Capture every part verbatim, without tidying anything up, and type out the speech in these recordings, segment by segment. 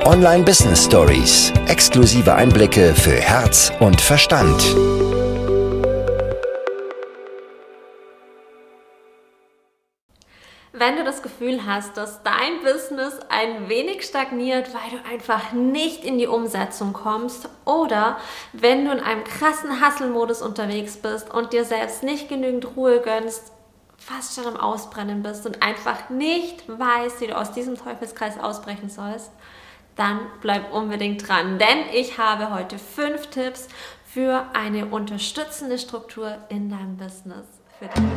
Online Business Stories. Exklusive Einblicke für Herz und Verstand. Wenn du das Gefühl hast, dass dein Business ein wenig stagniert, weil du einfach nicht in die Umsetzung kommst, oder wenn du in einem krassen Hustle-Modus unterwegs bist und dir selbst nicht genügend Ruhe gönnst, fast schon am Ausbrennen bist und einfach nicht weißt, wie du aus diesem Teufelskreis ausbrechen sollst, dann bleib unbedingt dran, denn ich habe heute fünf Tipps für eine unterstützende Struktur in deinem Business für dich.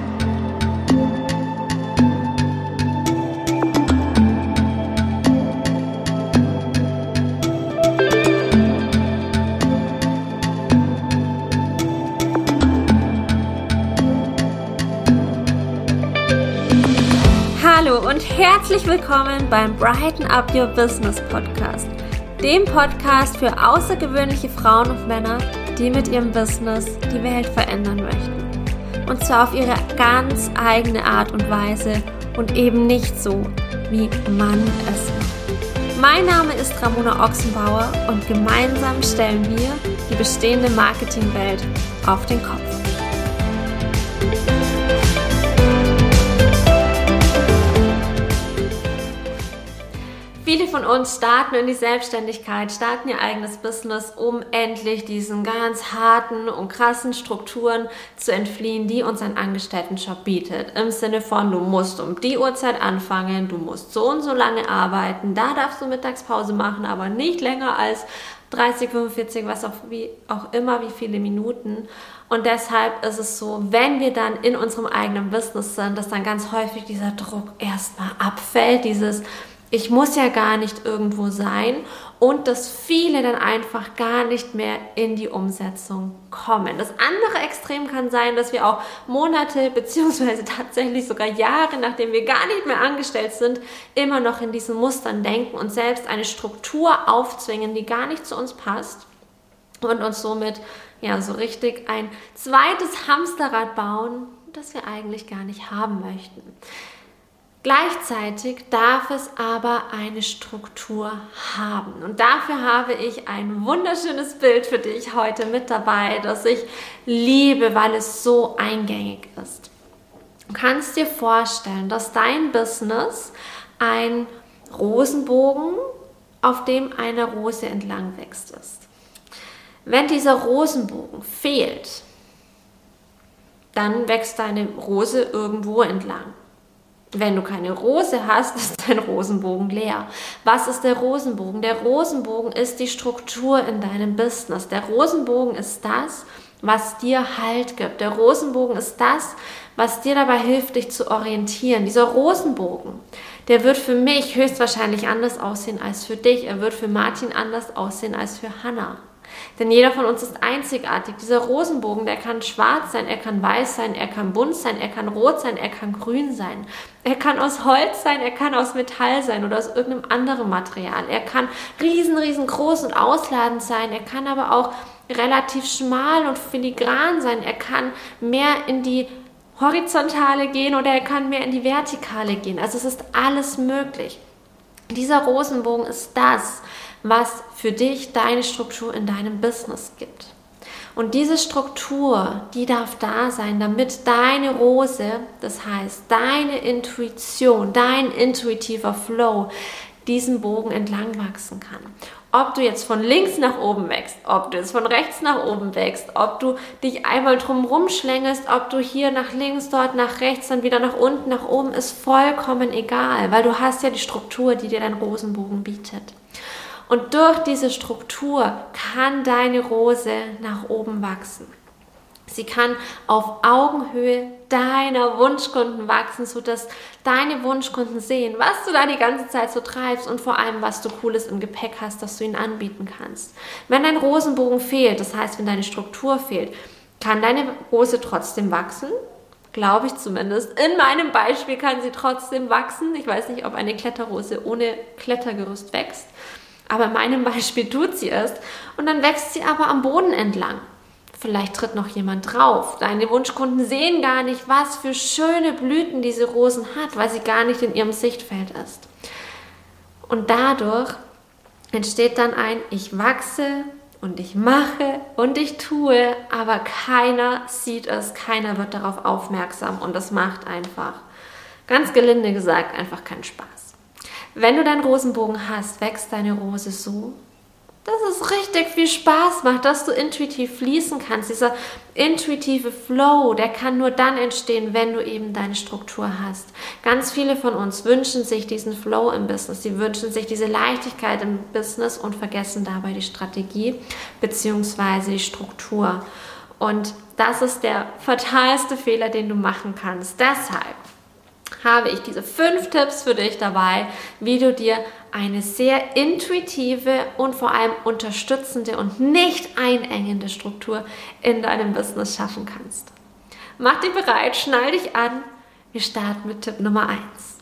Hallo und herzlich willkommen beim Brighten Up Your Business Podcast, dem Podcast für außergewöhnliche Frauen und Männer, die mit ihrem Business die Welt verändern möchten. Und zwar auf ihre ganz eigene Art und Weise und eben nicht so, wie man es macht. Mein Name ist Ramona Ochsenbauer und gemeinsam stellen wir die bestehende Marketingwelt auf den Kopf. Viele von uns starten in die Selbstständigkeit, starten ihr eigenes Business, um endlich diesen ganz harten und krassen Strukturen zu entfliehen, die uns ein Angestelltenjob bietet. Im Sinne von, du musst um die Uhrzeit anfangen, du musst so und so lange arbeiten, da darfst du Mittagspause machen, aber nicht länger als dreißig, fünfundvierzig, was auch, wie, auch immer, wie viele Minuten. Und deshalb ist es so, wenn wir dann in unserem eigenen Business sind, dass dann ganz häufig dieser Druck erstmal abfällt, dieses ich muss ja gar nicht irgendwo sein und dass viele dann einfach gar nicht mehr in die Umsetzung kommen. Das andere Extrem kann sein, dass wir auch Monate beziehungsweise tatsächlich sogar Jahre, nachdem wir gar nicht mehr angestellt sind, immer noch in diesen Mustern denken und selbst eine Struktur aufzwingen, die gar nicht zu uns passt und uns somit ja so richtig ein zweites Hamsterrad bauen, das wir eigentlich gar nicht haben möchten. Gleichzeitig darf es aber eine Struktur haben. Und dafür habe ich ein wunderschönes Bild für dich heute mit dabei, das ich liebe, weil es so eingängig ist. Du kannst dir vorstellen, dass dein Business ein Rosenbogen, auf dem eine Rose entlang wächst, ist. Wenn dieser Rosenbogen fehlt, dann wächst deine Rose irgendwo entlang. Wenn du keine Rose hast, ist dein Rosenbogen leer. Was ist der Rosenbogen? Der Rosenbogen ist die Struktur in deinem Business. Der Rosenbogen ist das, was dir Halt gibt. Der Rosenbogen ist das, was dir dabei hilft, dich zu orientieren. Dieser Rosenbogen, der wird für mich höchstwahrscheinlich anders aussehen als für dich. Er wird für Martin anders aussehen als für Hannah. Denn jeder von uns ist einzigartig. Dieser Rosenbogen, der kann schwarz sein, er kann weiß sein, er kann bunt sein, er kann rot sein, er kann grün sein. Er kann aus Holz sein, er kann aus Metall sein oder aus irgendeinem anderen Material. Er kann riesen, riesengroß und ausladend sein, er kann aber auch relativ schmal und filigran sein. Er kann mehr in die Horizontale gehen oder er kann mehr in die Vertikale gehen. Also es ist alles möglich. Dieser Rosenbogen ist das, was für dich deine Struktur in deinem Business gibt. Und diese Struktur, die darf da sein, damit deine Rose, das heißt deine Intuition, dein intuitiver Flow, diesen Bogen entlang wachsen kann. Ob du jetzt von links nach oben wächst, ob du jetzt von rechts nach oben wächst, ob du dich einmal drumherum schlängelst, ob du hier nach links, dort nach rechts, dann wieder nach unten, nach oben, ist vollkommen egal, weil du hast ja die Struktur, die dir dein Rosenbogen bietet. Und durch diese Struktur kann deine Rose nach oben wachsen. Sie kann auf Augenhöhe deiner Wunschkunden wachsen, sodass deine Wunschkunden sehen, was du da die ganze Zeit so treibst und vor allem, was du Cooles im Gepäck hast, das du ihnen anbieten kannst. Wenn dein Rosenbogen fehlt, das heißt, wenn deine Struktur fehlt, kann deine Rose trotzdem wachsen. Glaube ich zumindest. In meinem Beispiel kann sie trotzdem wachsen. Ich weiß nicht, ob eine Kletterrose ohne Klettergerüst wächst. Aber in meinem Beispiel tut sie es und dann wächst sie aber am Boden entlang. Vielleicht tritt noch jemand drauf. Deine Wunschkunden sehen gar nicht, was für schöne Blüten diese Rosen hat, weil sie gar nicht in ihrem Sichtfeld ist. Und dadurch entsteht dann ein Ich wachse und ich mache und ich tue, aber keiner sieht es, keiner wird darauf aufmerksam und das macht einfach, ganz gelinde gesagt, einfach keinen Spaß. Wenn du deinen Rosenbogen hast, wächst deine Rose so, dass es richtig viel Spaß macht, dass du intuitiv fließen kannst. Dieser intuitive Flow, der kann nur dann entstehen, wenn du eben deine Struktur hast. Ganz viele von uns wünschen sich diesen Flow im Business. Sie wünschen sich diese Leichtigkeit im Business und vergessen dabei die Strategie bzw. die Struktur. Und das ist der fatalste Fehler, den du machen kannst. Deshalb habe ich diese fünf Tipps für dich dabei, wie du dir eine sehr intuitive und vor allem unterstützende und nicht einengende Struktur in deinem Business schaffen kannst. Mach dich bereit, schnall dich an. Wir starten mit Tipp Nummer eins.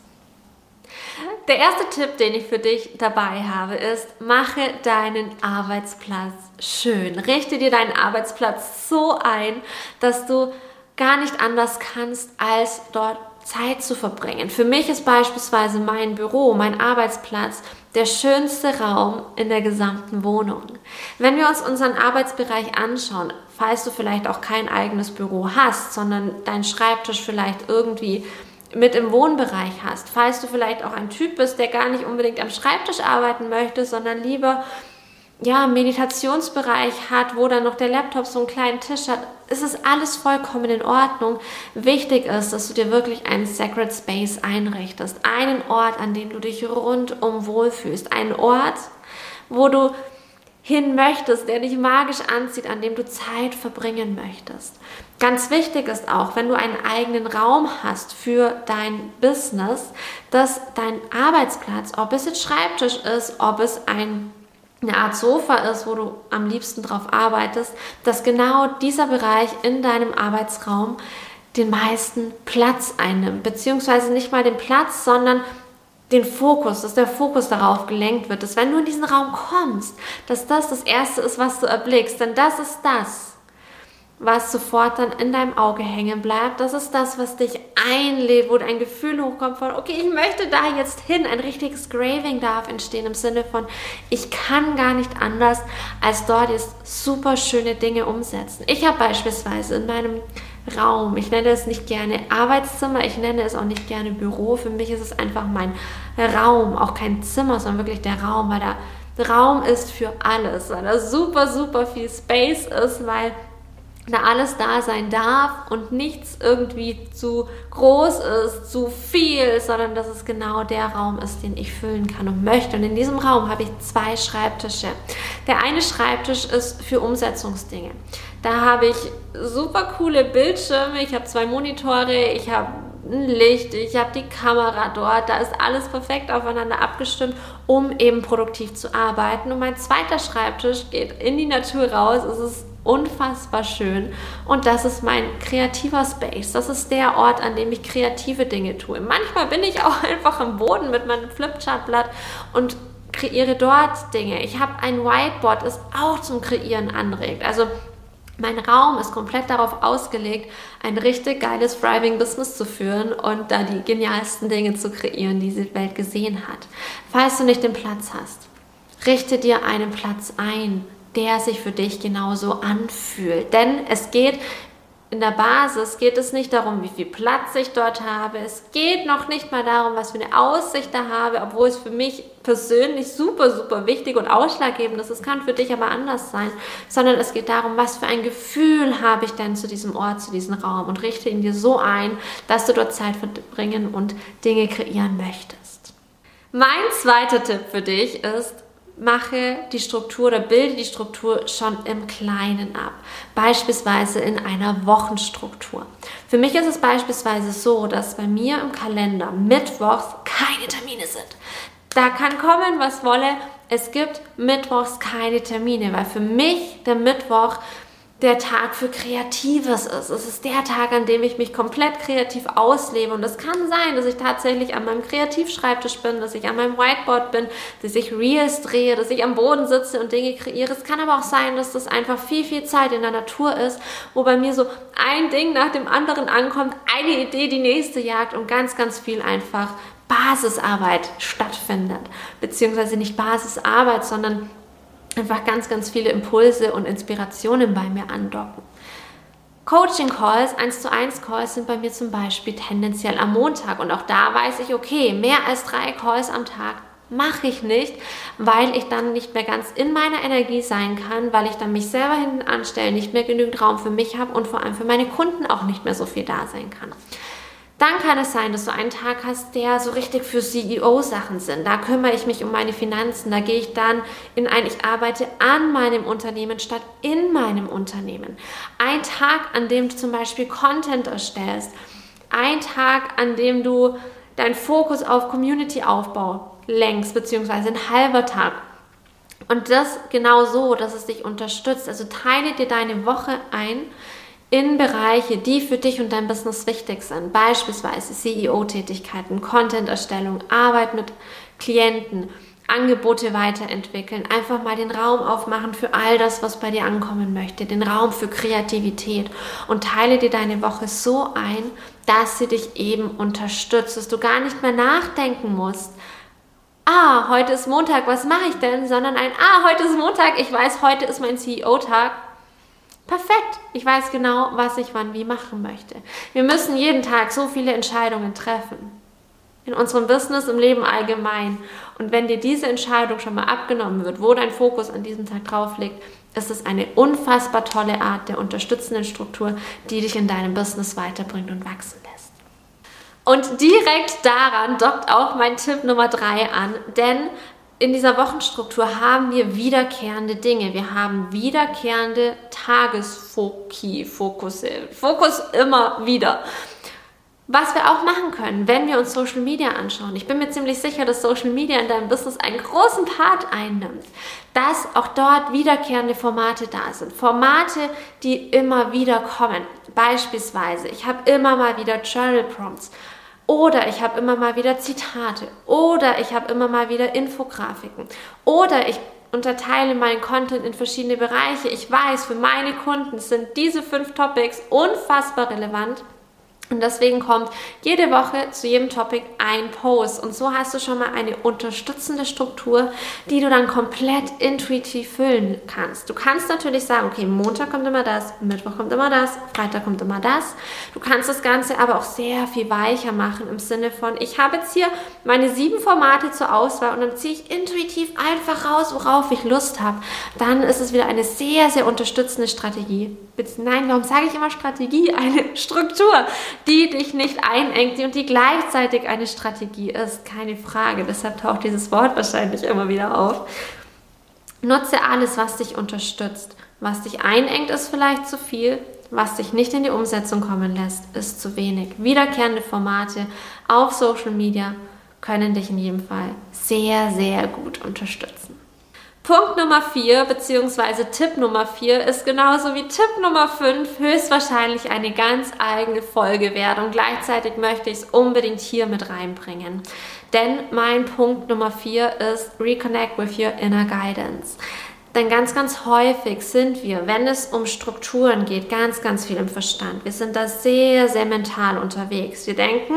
Der erste Tipp, den ich für dich dabei habe, ist, mache deinen Arbeitsplatz schön. Richte dir deinen Arbeitsplatz so ein, dass du gar nicht anders kannst, als dort Zeit zu verbringen. Für mich ist beispielsweise mein Büro, mein Arbeitsplatz, der schönste Raum in der gesamten Wohnung. Wenn wir uns unseren Arbeitsbereich anschauen, falls du vielleicht auch kein eigenes Büro hast, sondern deinen Schreibtisch vielleicht irgendwie mit im Wohnbereich hast, falls du vielleicht auch ein Typ bist, der gar nicht unbedingt am Schreibtisch arbeiten möchte, sondern lieber ja, Meditationsbereich hat, wo dann noch der Laptop so einen kleinen Tisch hat, ist es alles vollkommen in Ordnung. Wichtig ist, dass du dir wirklich einen Sacred Space einrichtest. Einen Ort, an dem du dich rundum wohlfühlst. Einen Ort, wo du hin möchtest, der dich magisch anzieht, an dem du Zeit verbringen möchtest. Ganz wichtig ist auch, wenn du einen eigenen Raum hast für dein Business, dass dein Arbeitsplatz, ob es jetzt Schreibtisch ist, ob es ein eine Art Sofa ist, wo du am liebsten drauf arbeitest, dass genau dieser Bereich in deinem Arbeitsraum den meisten Platz einnimmt, beziehungsweise nicht mal den Platz, sondern den Fokus, dass der Fokus darauf gelenkt wird, dass wenn du in diesen Raum kommst, dass das das Erste ist, was du erblickst, denn das ist das, was sofort dann in deinem Auge hängen bleibt. Das ist das, was dich einlädt, wo ein Gefühl hochkommt von, okay, ich möchte da jetzt hin. Ein richtiges Craving darf entstehen im Sinne von, ich kann gar nicht anders, als dort jetzt super schöne Dinge umsetzen. Ich habe beispielsweise in meinem Raum, ich nenne es nicht gerne Arbeitszimmer, ich nenne es auch nicht gerne Büro. Für mich ist es einfach mein Raum, auch kein Zimmer, sondern wirklich der Raum, weil der Raum ist für alles, weil da super, super viel Space ist, weil da alles da sein darf und nichts irgendwie zu groß ist, zu viel, sondern dass es genau der Raum ist, den ich füllen kann und möchte. Und in diesem Raum habe ich zwei Schreibtische. Der eine Schreibtisch ist für Umsetzungsdinge. Da habe ich super coole Bildschirme, ich habe zwei Monitore, ich habe ein Licht, ich habe die Kamera dort, da ist alles perfekt aufeinander abgestimmt, um eben produktiv zu arbeiten. Und mein zweiter Schreibtisch geht in die Natur raus, es ist unfassbar schön und das ist mein kreativer Space. Das ist der Ort, an dem ich kreative Dinge tue. Manchmal bin ich auch einfach am Boden mit meinem Flipchartblatt und kreiere dort Dinge. Ich habe ein Whiteboard, das auch zum Kreieren anregt. Also mein Raum ist komplett darauf ausgelegt, ein richtig geiles Thriving-Business zu führen und da die genialsten Dinge zu kreieren, die diese Welt gesehen hat. Falls du nicht den Platz hast, richte dir einen Platz ein, der sich für dich genauso anfühlt. Denn es geht in der Basis, geht es nicht darum, wie viel Platz ich dort habe. Es geht noch nicht mal darum, was für eine Aussicht da habe, obwohl es für mich persönlich super, super wichtig und ausschlaggebend ist. Es kann für dich aber anders sein, sondern es geht darum, was für ein Gefühl habe ich denn zu diesem Ort, zu diesem Raum und richte ihn dir so ein, dass du dort Zeit verbringen und Dinge kreieren möchtest. Mein zweiter Tipp für dich ist, mache die Struktur oder bilde die Struktur schon im Kleinen ab. Beispielsweise in einer Wochenstruktur. Für mich ist es beispielsweise so, dass bei mir im Kalender mittwochs keine Termine sind. Da kann kommen, was wolle. Es gibt mittwochs keine Termine, weil für mich der Mittwoch der Tag für Kreatives ist. Es ist der Tag, an dem ich mich komplett kreativ auslebe. Und es kann sein, dass ich tatsächlich an meinem Kreativschreibtisch bin, dass ich an meinem Whiteboard bin, dass ich Reels drehe, dass ich am Boden sitze und Dinge kreiere. Es kann aber auch sein, dass das einfach viel, viel Zeit in der Natur ist, wo bei mir so ein Ding nach dem anderen ankommt, eine Idee die nächste jagt und ganz, ganz viel einfach Basisarbeit stattfindet, beziehungsweise nicht Basisarbeit, sondern einfach ganz, ganz viele Impulse und Inspirationen bei mir andocken. Coaching-Calls, eins zu eins Calls sind bei mir zum Beispiel tendenziell am Montag und auch da weiß ich, okay, mehr als drei Calls am Tag mache ich nicht, weil ich dann nicht mehr ganz in meiner Energie sein kann, weil ich dann mich selber hinten anstelle, nicht mehr genügend Raum für mich habe und vor allem für meine Kunden auch nicht mehr so viel da sein kann. Dann kann es sein, dass du einen Tag hast, der so richtig für C E O-Sachen sind. Da kümmere ich mich um meine Finanzen. Da gehe ich dann in ein, ich arbeite an meinem Unternehmen statt in meinem Unternehmen. Ein Tag, an dem du zum Beispiel Content erstellst. Ein Tag, an dem du deinen Fokus auf Community-Aufbau lenkst, beziehungsweise ein halber Tag. Und das genau so, dass es dich unterstützt. Also teile dir deine Woche ein in Bereiche, die für dich und dein Business wichtig sind, beispielsweise C E O-Tätigkeiten, Content-Erstellung, Arbeit mit Klienten, Angebote weiterentwickeln, einfach mal den Raum aufmachen für all das, was bei dir ankommen möchte, den Raum für Kreativität und teile dir deine Woche so ein, dass sie dich eben unterstützt, dass du gar nicht mehr nachdenken musst, ah, heute ist Montag, was mache ich denn, sondern ein, ah, heute ist Montag, ich weiß, heute ist mein C E O-Tag. Perfekt, ich weiß genau, was ich wann wie machen möchte. Wir müssen jeden Tag so viele Entscheidungen treffen. In unserem Business, im Leben allgemein. Und wenn dir diese Entscheidung schon mal abgenommen wird, wo dein Fokus an diesem Tag drauf liegt, ist es eine unfassbar tolle Art der unterstützenden Struktur, die dich in deinem Business weiterbringt und wachsen lässt. Und direkt daran dockt auch mein Tipp Nummer drei an, denn in dieser Wochenstruktur haben wir wiederkehrende Dinge. Wir haben wiederkehrende Tagesfoki, Fokusse, Fokus immer wieder. Was wir auch machen können, wenn wir uns Social Media anschauen. Ich bin mir ziemlich sicher, dass Social Media in deinem Business einen großen Part einnimmt, dass auch dort wiederkehrende Formate da sind. Formate, die immer wieder kommen. Beispielsweise, ich habe immer mal wieder Journal Prompts. Oder ich habe immer mal wieder Zitate. Oder ich habe immer mal wieder Infografiken. Oder ich unterteile meinen Content in verschiedene Bereiche. Ich weiß, für meine Kunden sind diese fünf Topics unfassbar relevant. Und deswegen kommt jede Woche zu jedem Topic ein Post. Und so hast du schon mal eine unterstützende Struktur, die du dann komplett intuitiv füllen kannst. Du kannst natürlich sagen, okay, Montag kommt immer das, Mittwoch kommt immer das, Freitag kommt immer das. Du kannst das Ganze aber auch sehr viel weicher machen im Sinne von, ich habe jetzt hier meine sieben Formate zur Auswahl und dann ziehe ich intuitiv einfach raus, worauf ich Lust habe. Dann ist es wieder eine sehr, sehr unterstützende Strategie. Nein, warum sage ich immer Strategie? Eine Struktur, die dich nicht einengt und die gleichzeitig eine Strategie ist. Keine Frage, deshalb taucht dieses Wort wahrscheinlich immer wieder auf. Nutze alles, was dich unterstützt. Was dich einengt, ist vielleicht zu viel. Was dich nicht in die Umsetzung kommen lässt, ist zu wenig. Wiederkehrende Formate auf Social Media können dich in jedem Fall sehr, sehr gut unterstützen. Punkt Nummer vier bzw. Tipp Nummer vier ist genauso wie Tipp Nummer fünf höchstwahrscheinlich eine ganz eigene Folge werden und gleichzeitig möchte ich es unbedingt hier mit reinbringen. Denn mein Punkt Nummer vier ist Reconnect with your inner guidance. Denn ganz, ganz häufig sind wir, wenn es um Strukturen geht, ganz, ganz viel im Verstand. Wir sind da sehr, sehr mental unterwegs. Wir denken,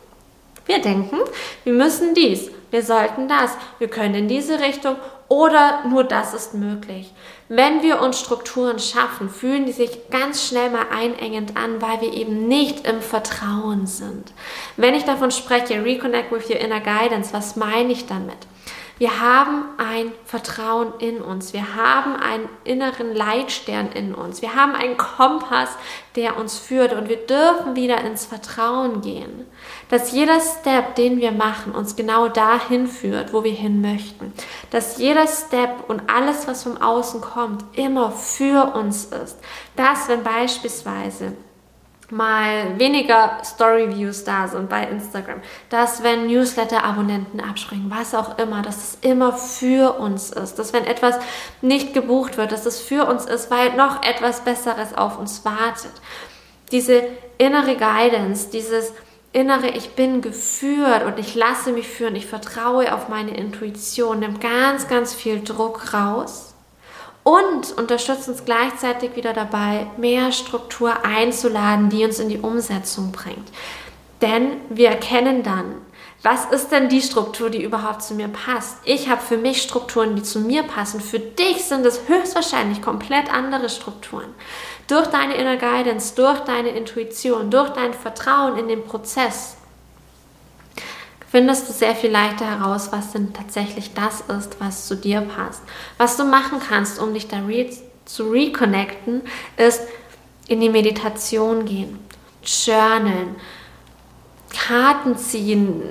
wir denken, wir müssen dies, wir sollten das, wir können in diese Richtung oder nur das ist möglich. Wenn wir uns Strukturen schaffen, fühlen die sich ganz schnell mal einengend an, weil wir eben nicht im Vertrauen sind. Wenn ich davon spreche, Reconnect with your inner guidance, was meine ich damit? Wir haben ein Vertrauen in uns. Wir haben einen inneren Leitstern in uns. Wir haben einen Kompass, der uns führt. Und wir dürfen wieder ins Vertrauen gehen. Dass jeder Step, den wir machen, uns genau dahin führt, wo wir hin möchten. Dass jeder Step und alles, was vom Außen kommt, immer für uns ist. Dass, wenn beispielsweise mal weniger Story-Views da sind bei Instagram, dass wenn Newsletter-Abonnenten abspringen, was auch immer, dass es immer für uns ist, dass wenn etwas nicht gebucht wird, dass es für uns ist, weil noch etwas Besseres auf uns wartet. Diese innere Guidance, dieses innere Ich bin geführt und ich lasse mich führen, ich vertraue auf meine Intuition, nimmt ganz, ganz viel Druck raus. Und unterstützt uns gleichzeitig wieder dabei, mehr Struktur einzuladen, die uns in die Umsetzung bringt. Denn wir erkennen dann, was ist denn die Struktur, die überhaupt zu mir passt? Ich habe für mich Strukturen, die zu mir passen. Für dich sind es höchstwahrscheinlich komplett andere Strukturen. Durch deine Inner Guidance, durch deine Intuition, durch dein Vertrauen in den Prozess findest du sehr viel leichter heraus, was denn tatsächlich das ist, was zu dir passt. Was du machen kannst, um dich da re- zu reconnecten, ist in die Meditation gehen, journalen, Karten ziehen,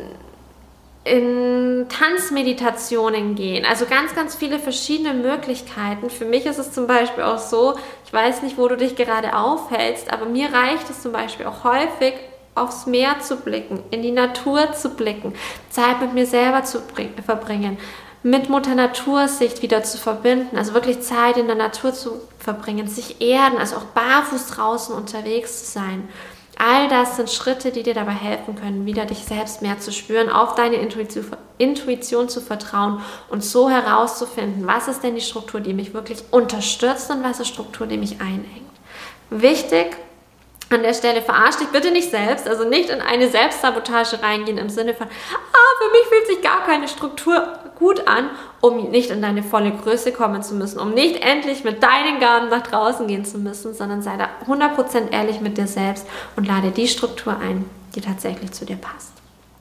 in Tanzmeditationen gehen. Also ganz, ganz viele verschiedene Möglichkeiten. Für mich ist es zum Beispiel auch so, ich weiß nicht, wo du dich gerade aufhältst, aber mir reicht es zum Beispiel auch häufig, aufs Meer zu blicken, in die Natur zu blicken, Zeit mit mir selber zu bring- verbringen, mit Mutter Natur sich wieder zu verbinden, also wirklich Zeit in der Natur zu verbringen, sich erden, also auch barfuß draußen unterwegs zu sein. All das sind Schritte, die dir dabei helfen können, wieder dich selbst mehr zu spüren, auf deine Intuition, Intuition zu vertrauen und so herauszufinden, was ist denn die Struktur, die mich wirklich unterstützt und was ist die Struktur, die mich einengt. Wichtig, an der Stelle verarsch dich bitte nicht selbst, also nicht in eine Selbstsabotage reingehen im Sinne von, ah, für mich fühlt sich gar keine Struktur gut an, um nicht in deine volle Größe kommen zu müssen, um nicht endlich mit deinen Gaben nach draußen gehen zu müssen, sondern sei da hundert Prozent ehrlich mit dir selbst und lade die Struktur ein, die tatsächlich zu dir passt.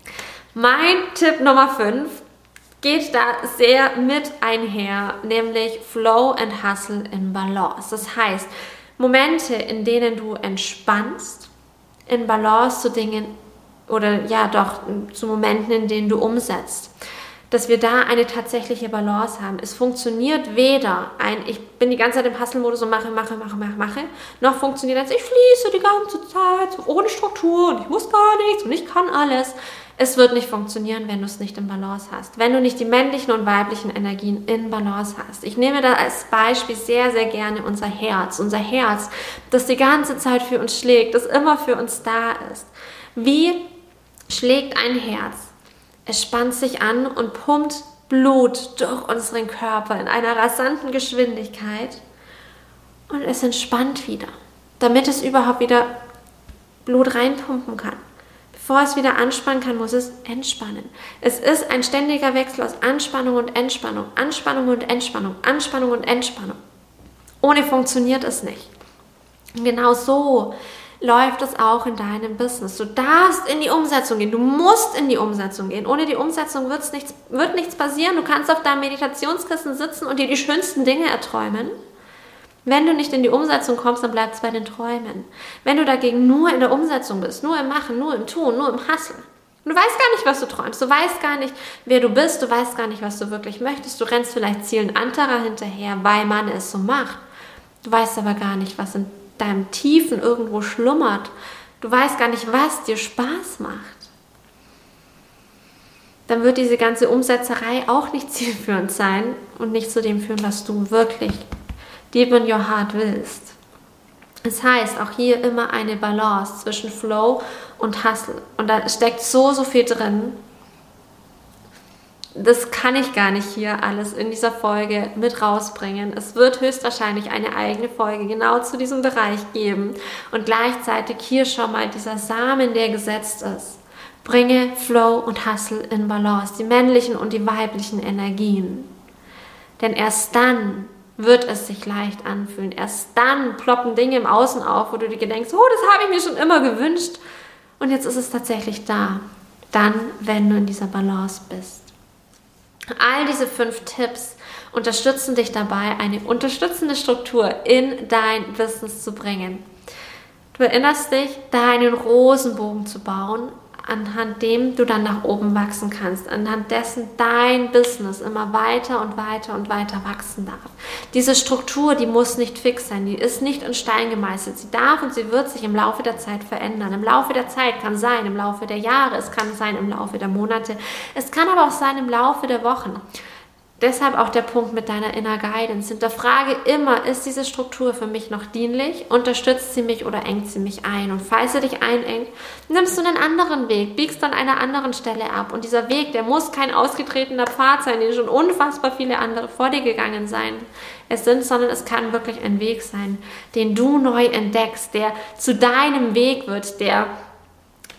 Mein Tipp Nummer fünf geht da sehr mit einher, nämlich Flow and Hustle in Balance. Das heißt, Momente, in denen du entspannst, in Balance zu Dingen oder ja doch zu Momenten, in denen du umsetzt, dass wir da eine tatsächliche Balance haben. Es funktioniert weder ein, ich bin die ganze Zeit im Hustle-Modus und mache, mache, mache, mache, mache, noch funktioniert als ich fließe die ganze Zeit ohne Struktur und ich muss gar nichts und ich kann alles. Es wird nicht funktionieren, wenn du es nicht in Balance hast. Wenn du nicht die männlichen und weiblichen Energien in Balance hast. Ich nehme da als Beispiel sehr, sehr gerne unser Herz. Unser Herz, das die ganze Zeit für uns schlägt, das immer für uns da ist. Wie schlägt ein Herz? Es spannt sich an und pumpt Blut durch unseren Körper in einer rasanten Geschwindigkeit und es entspannt wieder, damit es überhaupt wieder Blut reinpumpen kann. Bevor es wieder anspannen kann, muss es entspannen. Es ist ein ständiger Wechsel aus Anspannung und Entspannung, Anspannung und Entspannung, Anspannung und Entspannung. Ohne funktioniert es nicht. Und genau so läuft es auch in deinem Business. Du darfst in die Umsetzung gehen. Du musst in die Umsetzung gehen. Ohne die Umsetzung wird's nichts, wird nichts passieren. Du kannst auf deinem Meditationskissen sitzen und dir die schönsten Dinge erträumen. Wenn du nicht in die Umsetzung kommst, dann bleibt es bei den Träumen. Wenn du dagegen nur in der Umsetzung bist, nur im Machen, nur im Tun, nur im Hustle, du weißt gar nicht, was du träumst, du weißt gar nicht, wer du bist, du weißt gar nicht, was du wirklich möchtest, du rennst vielleicht Zielen anderer hinterher, weil man es so macht. Du weißt aber gar nicht, was in deinem Tiefen irgendwo schlummert. Du weißt gar nicht, was dir Spaß macht. Dann wird diese ganze Umsetzerei auch nicht zielführend sein und nicht zu dem führen, was du wirklich deep in your heart willst. Das heißt, auch hier immer eine Balance zwischen Flow und Hustle. Und da steckt so, so viel drin. Das kann ich gar nicht hier alles in dieser Folge mit rausbringen. Es wird höchstwahrscheinlich eine eigene Folge genau zu diesem Bereich geben. Und gleichzeitig hier schon mal dieser Samen, der gesetzt ist. Bringe Flow und Hustle in Balance, die männlichen und die weiblichen Energien. Denn erst dann wird es sich leicht anfühlen. Erst dann ploppen Dinge im Außen auf, wo du dir denkst, oh, das habe ich mir schon immer gewünscht. Und jetzt ist es tatsächlich da. Dann, wenn du in dieser Balance bist. All diese fünf Tipps unterstützen dich dabei, eine unterstützende Struktur in dein Business zu bringen. Du erinnerst dich, deinen Rosenbogen zu bauen, anhand dem du dann nach oben wachsen kannst, anhand dessen dein Business immer weiter und weiter und weiter wachsen darf. Diese Struktur, die muss nicht fix sein, die ist nicht in Stein gemeißelt. Sie darf und sie wird sich im Laufe der Zeit verändern. Im Laufe der Zeit kann sein, im Laufe der Jahre, es kann sein im Laufe der Monate, es kann aber auch sein im Laufe der Wochen. Deshalb auch der Punkt mit deiner Inner Guidance. Hinterfrage immer, ist diese Struktur für mich noch dienlich? Unterstützt sie mich oder engt sie mich ein? Und falls sie dich einengt, nimmst du einen anderen Weg, biegst an einer anderen Stelle ab. Und dieser Weg, der muss kein ausgetretener Pfad sein, den schon unfassbar viele andere vor dir gegangen sein. Es sind, sondern es kann wirklich ein Weg sein, den du neu entdeckst, der zu deinem Weg wird, der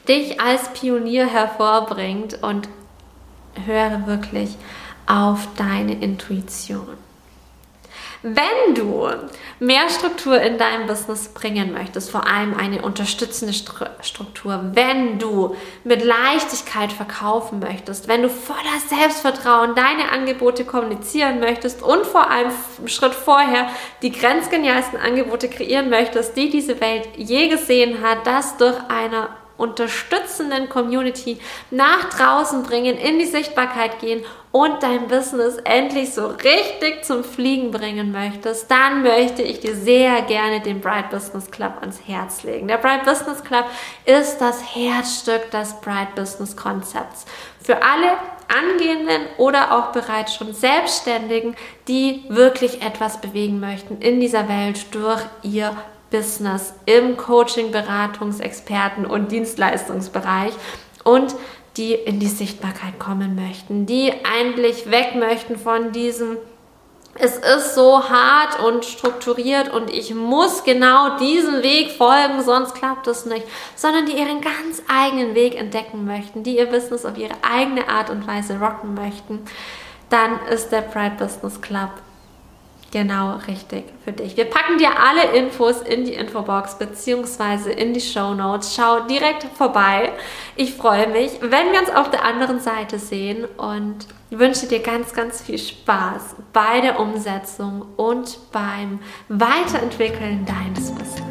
dich als Pionier hervorbringt, und höre wirklich auf deine Intuition. Wenn du mehr Struktur in deinem Business bringen möchtest, vor allem eine unterstützende Struktur, wenn du mit Leichtigkeit verkaufen möchtest, wenn du voller Selbstvertrauen deine Angebote kommunizieren möchtest und vor allem einen Schritt vorher die grenzgenialsten Angebote kreieren möchtest, die diese Welt je gesehen hat, das durch eine unterstützenden Community nach draußen bringen, in die Sichtbarkeit gehen und dein Business endlich so richtig zum Fliegen bringen möchtest, dann möchte ich dir sehr gerne den Bright Business Club ans Herz legen. Der Bright Business Club ist das Herzstück des Bright Business Konzepts. Für alle Angehenden oder auch bereits schon Selbstständigen, die wirklich etwas bewegen möchten in dieser Welt durch ihr Business im Coaching, Beratungs-, Experten- und Dienstleistungsbereich und die in die Sichtbarkeit kommen möchten, die eigentlich weg möchten von diesem, es ist so hart und strukturiert und ich muss genau diesem Weg folgen, sonst klappt es nicht, sondern die ihren ganz eigenen Weg entdecken möchten, die ihr Business auf ihre eigene Art und Weise rocken möchten. Dann ist der Bright Business Club genau richtig für dich. Wir packen dir alle Infos in die Infobox bzw. in die Shownotes. Schau direkt vorbei. Ich freue mich, wenn wir uns auf der anderen Seite sehen, und wünsche dir ganz, ganz viel Spaß bei der Umsetzung und beim Weiterentwickeln deines Business.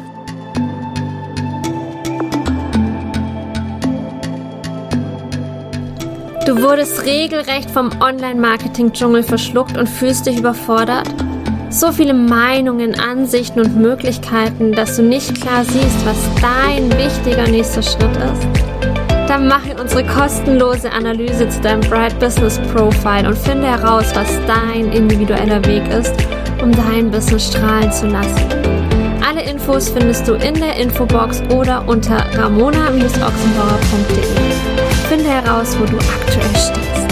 Du wurdest regelrecht vom Online-Marketing-Dschungel verschluckt und fühlst dich überfordert? So viele Meinungen, Ansichten und Möglichkeiten, dass du nicht klar siehst, was dein wichtiger nächster Schritt ist? Dann mache unsere kostenlose Analyse zu deinem Bright Business Profile und finde heraus, was dein individueller Weg ist, um dein Business strahlen zu lassen. Alle Infos findest du in der Infobox oder unter ramona Bindestrich ochsenbauer Punkt de. Finde heraus, wo du aktuell stehst.